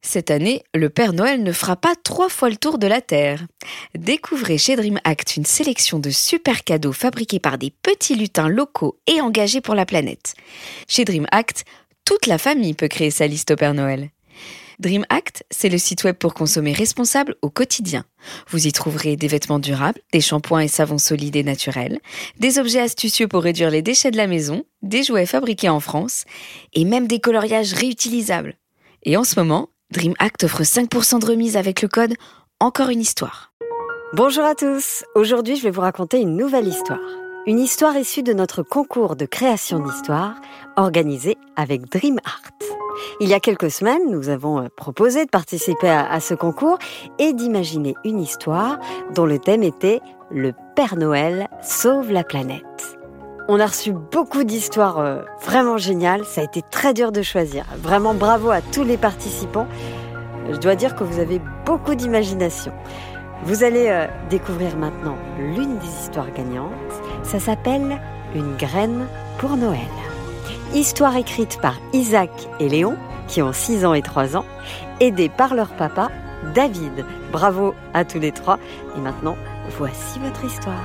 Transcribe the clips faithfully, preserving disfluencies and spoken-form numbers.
Cette année, le Père Noël ne fera pas trois fois le tour de la Terre. Découvrez chez DreamAct une sélection de super cadeaux fabriqués par des petits lutins locaux et engagés pour la planète. Chez DreamAct, toute la famille peut créer sa liste au Père Noël. DreamAct, c'est le site web pour consommer responsable au quotidien. Vous y trouverez des vêtements durables, des shampoings et savons solides et naturels, des objets astucieux pour réduire les déchets de la maison, des jouets fabriqués en France et même des coloriages réutilisables. Et en ce moment, DreamAct offre cinq pour cent de remise avec le code Encore une histoire. Bonjour à tous, aujourd'hui je vais vous raconter une nouvelle histoire. Une histoire issue de notre concours de création d'histoire organisé avec DreamArt. Il y a quelques semaines, nous avons proposé de participer à, à ce concours et d'imaginer une histoire dont le thème était « Le Père Noël sauve la planète ». On a reçu beaucoup d'histoires euh, vraiment géniales, ça a été très dur de choisir. Vraiment bravo à tous les participants. Je dois dire que vous avez beaucoup d'imagination. Vous allez euh, découvrir maintenant l'une des histoires gagnantes. Ça s'appelle « Une graine pour Noël ». Histoire écrite par Isaac et Léon, qui ont six ans et trois ans, aidés par leur papa, David. Bravo à tous les trois. Et maintenant, voici votre histoire.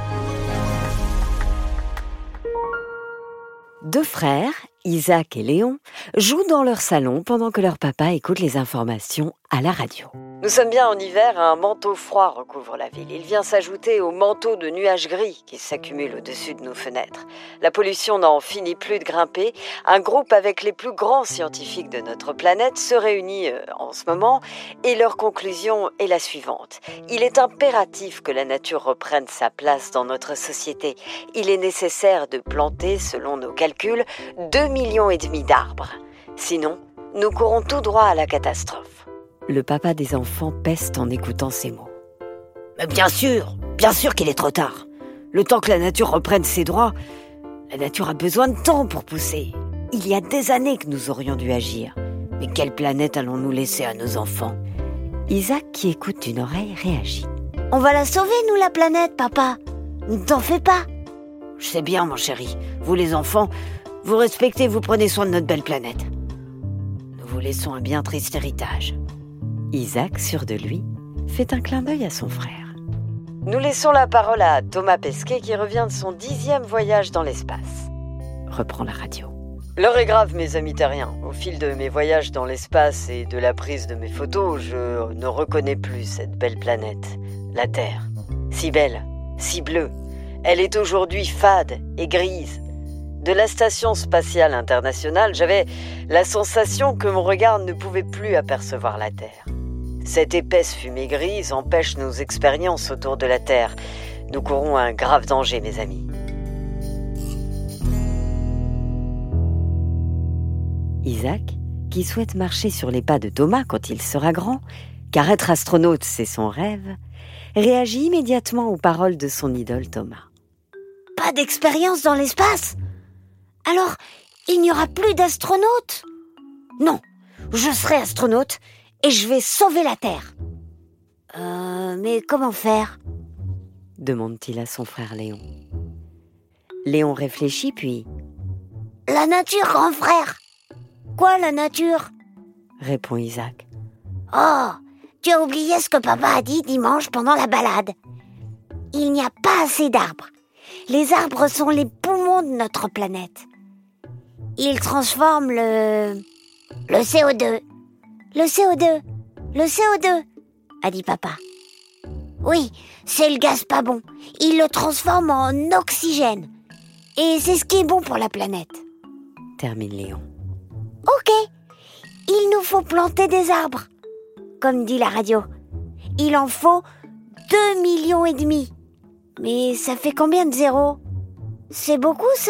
Deux frères, Isaac et Léon, jouent dans leur salon pendant que leur papa écoute les informations à la radio. Nous sommes bien en hiver, un manteau froid recouvre la ville. Il vient s'ajouter au manteau de nuages gris qui s'accumule au-dessus de nos fenêtres. La pollution n'en finit plus de grimper. Un groupe avec les plus grands scientifiques de notre planète se réunit en ce moment et leur conclusion est la suivante. Il est impératif que la nature reprenne sa place dans notre société. Il est nécessaire de planter, selon nos calculs, deux millions et demi d'arbres. Sinon, nous courons tout droit à la catastrophe. Le papa des enfants peste en écoutant ces mots. Mais bien sûr, bien sûr qu'il est trop tard. Le temps que la nature reprenne ses droits, la nature a besoin de temps pour pousser. Il y a des années que nous aurions dû agir. Mais quelle planète allons-nous laisser à nos enfants ? Isaac, qui écoute d'une oreille, réagit. On va la sauver, nous, la planète, papa. Ne t'en fais pas. Je sais bien, mon chéri. Vous, les enfants, vous respectez, vous prenez soin de notre belle planète. Nous vous laissons un bien triste héritage. Isaac, sûr de lui, fait un clin d'œil à son frère. Nous laissons la parole à Thomas Pesquet qui revient de son dixième voyage dans l'espace. Reprend la radio. L'heure est grave, mes amis terriens. Au fil de mes voyages dans l'espace et de la prise de mes photos, je ne reconnais plus cette belle planète, la Terre. Si belle, si bleue. Elle est aujourd'hui fade et grise. De la Station spatiale internationale, j'avais la sensation que mon regard ne pouvait plus apercevoir la Terre. Cette épaisse fumée grise empêche nos expériences autour de la Terre. Nous courons un grave danger, mes amis. Isaac, qui souhaite marcher sur les pas de Thomas quand il sera grand, car être astronaute, c'est son rêve, réagit immédiatement aux paroles de son idole Thomas. Pas d'expérience dans l'espace ? Alors, il n'y aura plus d'astronautes ? Non, je serai astronaute et je vais sauver la Terre. Euh, mais comment faire ? Demande-t-il à son frère Léon. Léon réfléchit puis... La nature, grand frère ! Quoi, la nature ? Répond Isaac. Oh, tu as oublié ce que papa a dit dimanche pendant la balade. Il n'y a pas assez d'arbres. Les arbres sont les poumons de notre planète. Ils transforment le... le C O deux. Le C O deux. Le C O deux, a dit papa. Oui, c'est le gaz pas bon. Il le transforme en oxygène. Et c'est ce qui est bon pour la planète. Termine Léon. Ok, il nous faut planter des arbres. Comme dit la radio. Il en faut deux millions et demi. Mais ça fait combien de zéros ? C'est beaucoup, ça ?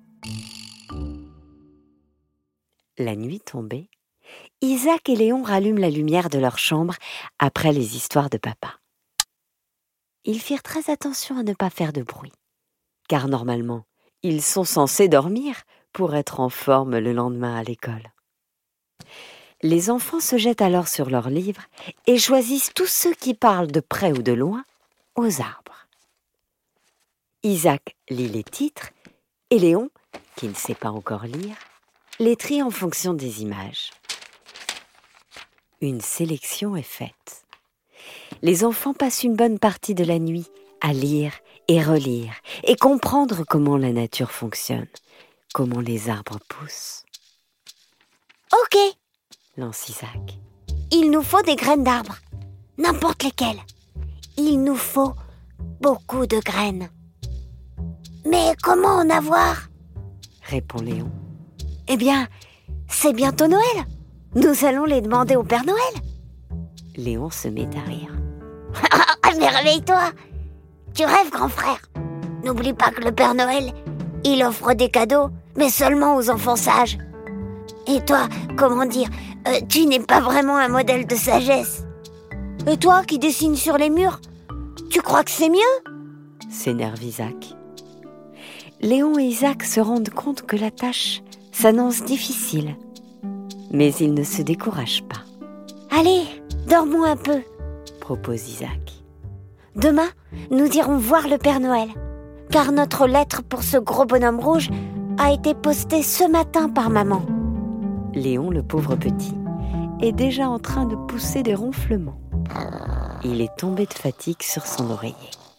La nuit tombée, Isaac et Léon rallument la lumière de leur chambre après les histoires de papa. Ils firent très attention à ne pas faire de bruit, car normalement, ils sont censés dormir pour être en forme le lendemain à l'école. Les enfants se jettent alors sur leurs livres et choisissent tous ceux qui parlent de près ou de loin aux arbres. Isaac lit les titres et Léon, qui ne sait pas encore lire, les trie en fonction des images. Une sélection est faite. Les enfants passent une bonne partie de la nuit à lire et relire et comprendre comment la nature fonctionne, comment les arbres poussent. Ok, Lance Isaac. il nous faut des graines d'arbres, n'importe lesquelles. Il nous faut beaucoup de graines. Mais comment en avoir ? Répond Léon. Eh bien, c'est bientôt Noël. Nous allons les demander au Père Noël. Léon se met à rire. Ah, mais réveille-toi. Tu rêves, grand frère. N'oublie pas que le Père Noël, il offre des cadeaux, mais seulement aux enfants sages. Et toi, comment dire, euh, tu n'es pas vraiment un modèle de sagesse. Et toi qui dessines sur les murs, tu crois que c'est mieux ? S'énerve Isaac. Léon et Isaac se rendent compte que la tâche s'annonce difficile. Mais ils ne se découragent pas. Allez, dormons un peu. Propose Isaac. Demain, nous irons voir le Père Noël, car notre lettre pour ce gros bonhomme rouge a été postée ce matin par maman. Léon, le pauvre petit, est déjà en train de pousser des ronflements. Il est tombé de fatigue sur son oreiller.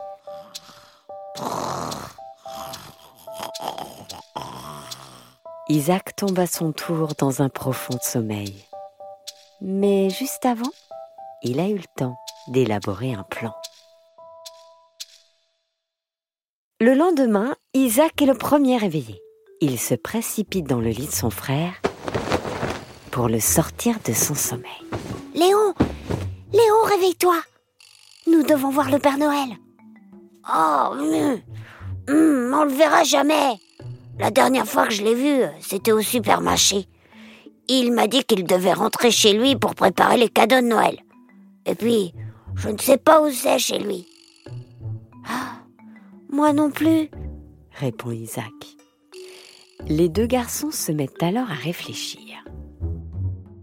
Isaac tombe à son tour dans un profond sommeil. Mais juste avant, il a eu le temps d'élaborer un plan. Le lendemain, Isaac est le premier réveillé. Il se précipite dans le lit de son frère pour le sortir de son sommeil. Léon, Léon, réveille-toi. Nous devons voir le Père Noël. Oh, hum, hum, on le verra jamais. La dernière fois que je l'ai vu, c'était au supermarché. Il m'a dit qu'il devait rentrer chez lui pour préparer les cadeaux de Noël. Et puis, je ne sais pas où c'est chez lui. Ah, moi non plus, répond Isaac. Les deux garçons se mettent alors à réfléchir. Internet !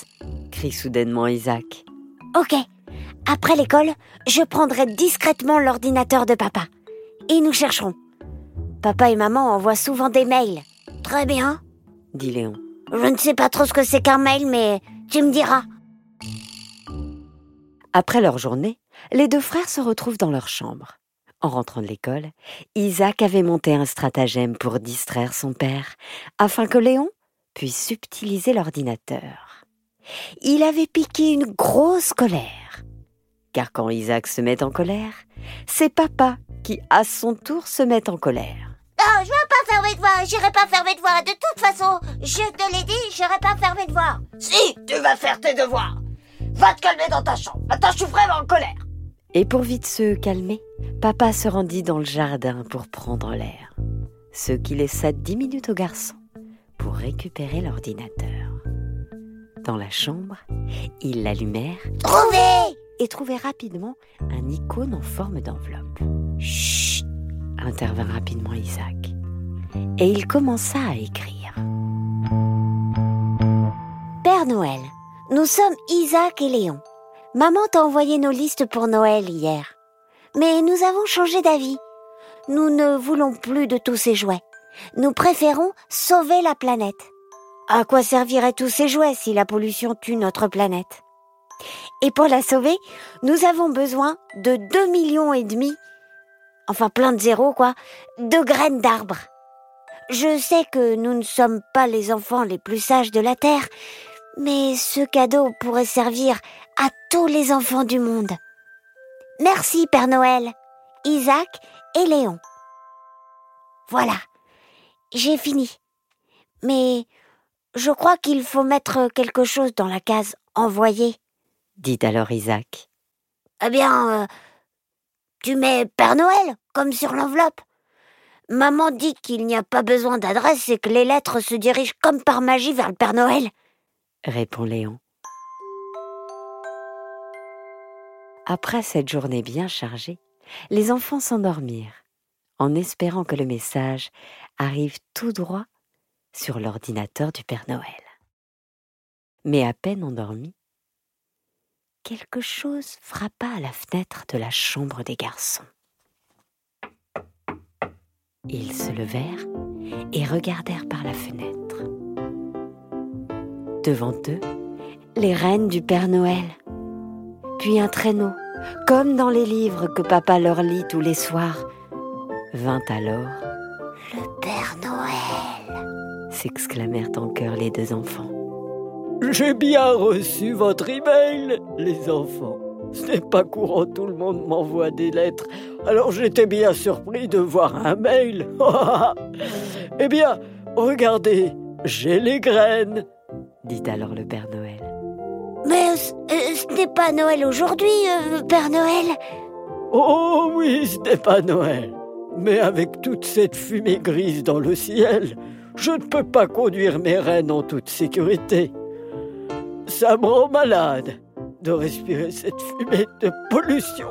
Crie soudainement Isaac. Ok, après l'école, je prendrai discrètement l'ordinateur de papa. Et nous chercherons. Papa et maman envoient souvent des mails. Très bien, dit Léon. Je ne sais pas trop ce que c'est qu'un mail, mais tu me diras. Après leur journée, les deux frères se retrouvent dans leur chambre. En rentrant de l'école, Isaac avait monté un stratagème pour distraire son père, afin que Léon puisse subtiliser l'ordinateur. Il avait piqué une grosse colère. Car quand Isaac se met en colère, c'est papa qui, à son tour, se met en colère. Oh, je ne vais pas faire mes devoirs, j'irai pas faire mes devoirs. De toute façon, je te l'ai dit, je n'irai pas faire mes devoirs. Si, tu vas faire tes devoirs. Va te calmer dans ta chambre. Maintenant, je suis vraiment en colère. Et pour vite se calmer, papa se rendit dans le jardin pour prendre l'air, ce qui laissa dix minutes aux garçons pour récupérer l'ordinateur. Dans la chambre, ils l'allumèrent Trouvez ! et trouvèrent rapidement un icône en forme d'enveloppe. Chut ! Intervint rapidement Isaac. Et il commença à écrire. Père Noël, nous sommes Isaac et Léon. Maman t'a envoyé nos listes pour Noël hier. Mais nous avons changé d'avis. Nous ne voulons plus de tous ces jouets. Nous préférons sauver la planète. À quoi serviraient tous ces jouets si la pollution tue notre planète ? Et pour la sauver, nous avons besoin de deux millions et demi, enfin plein de zéros quoi, de graines d'arbres. Je sais que nous ne sommes pas les enfants les plus sages de la Terre, mais ce cadeau pourrait servir à tous les enfants du monde. Merci Père Noël, Isaac et Léon. Voilà, j'ai fini. Mais je crois qu'il faut mettre quelque chose dans la case « Envoyer », dit alors Isaac. Eh bien, euh, tu mets Père Noël, comme sur l'enveloppe. Maman dit qu'il n'y a pas besoin d'adresse et que les lettres se dirigent comme par magie vers le Père Noël, répond Léon. Après cette journée bien chargée, les enfants s'endormirent, en espérant que le message arrive tout droit sur l'ordinateur du Père Noël. Mais à peine endormis, quelque chose frappa à la fenêtre de la chambre des garçons. Ils se levèrent et regardèrent par la fenêtre. Devant eux, les rennes du Père Noël. Puis un traîneau, comme dans les livres que papa leur lit tous les soirs. Vint alors Le Père Noël, s'exclamèrent en chœur les deux enfants. J'ai bien reçu votre email, les enfants. Ce n'est pas courant, tout le monde m'envoie des lettres. Alors j'étais bien surpris de voir un mail. Eh bien, regardez, j'ai les graines, dit alors le Père Noël. Mais ce, euh, ce n'est pas Noël aujourd'hui, euh, Père Noël. Oh oui, ce n'est pas Noël. Mais avec toute cette fumée grise dans le ciel, je ne peux pas conduire mes rennes en toute sécurité. Ça me rend malade de respirer cette fumée de pollution.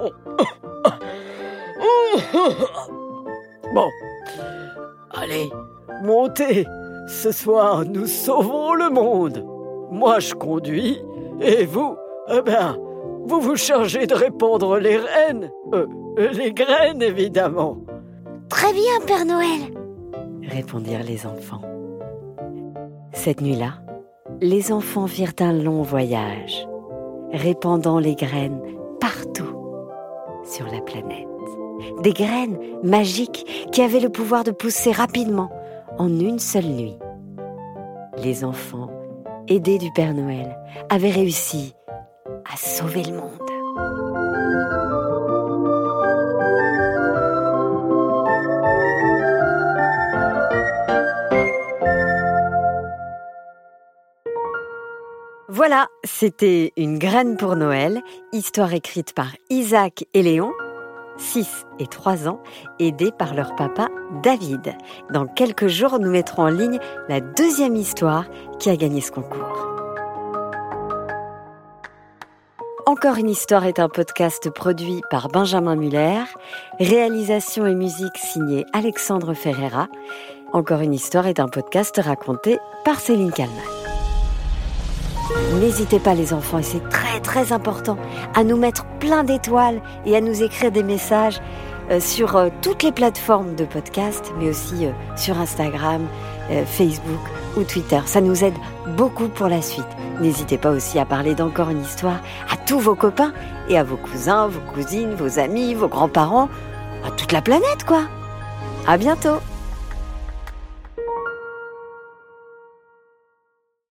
Bon, allez, montez. Ce soir, nous sauvons le monde. Moi, je conduis, et vous, eh bien, vous vous chargez de répandre les rennes, euh, les graines, évidemment. Très bien, Père Noël, répondirent les enfants. Cette nuit-là, les enfants firent un long voyage, répandant les graines partout sur la planète. Des graines magiques qui avaient le pouvoir de pousser rapidement en une seule nuit. Les enfants, aidés du Père Noël, avaient réussi à sauver le monde. Voilà, c'était Une graine pour Noël, histoire écrite par Isaac et Léon, six et trois ans, aidés par leur papa David. Dans quelques jours, nous mettrons en ligne la deuxième histoire qui a gagné ce concours. Encore une histoire est un podcast produit par Benjamin Muller, réalisation et musique signée Alexandre Ferreira. Encore une histoire est un podcast raconté par Céline Kallmann. N'hésitez pas les enfants, et c'est très très important, à nous mettre plein d'étoiles et à nous écrire des messages euh, sur euh, toutes les plateformes de podcast, mais aussi euh, sur Instagram, euh, Facebook ou Twitter. Ça nous aide beaucoup pour la suite. N'hésitez pas aussi à parler d'Encore une histoire à tous vos copains et à vos cousins, vos cousines, vos amis, vos grands-parents, à toute la planète quoi. À bientôt.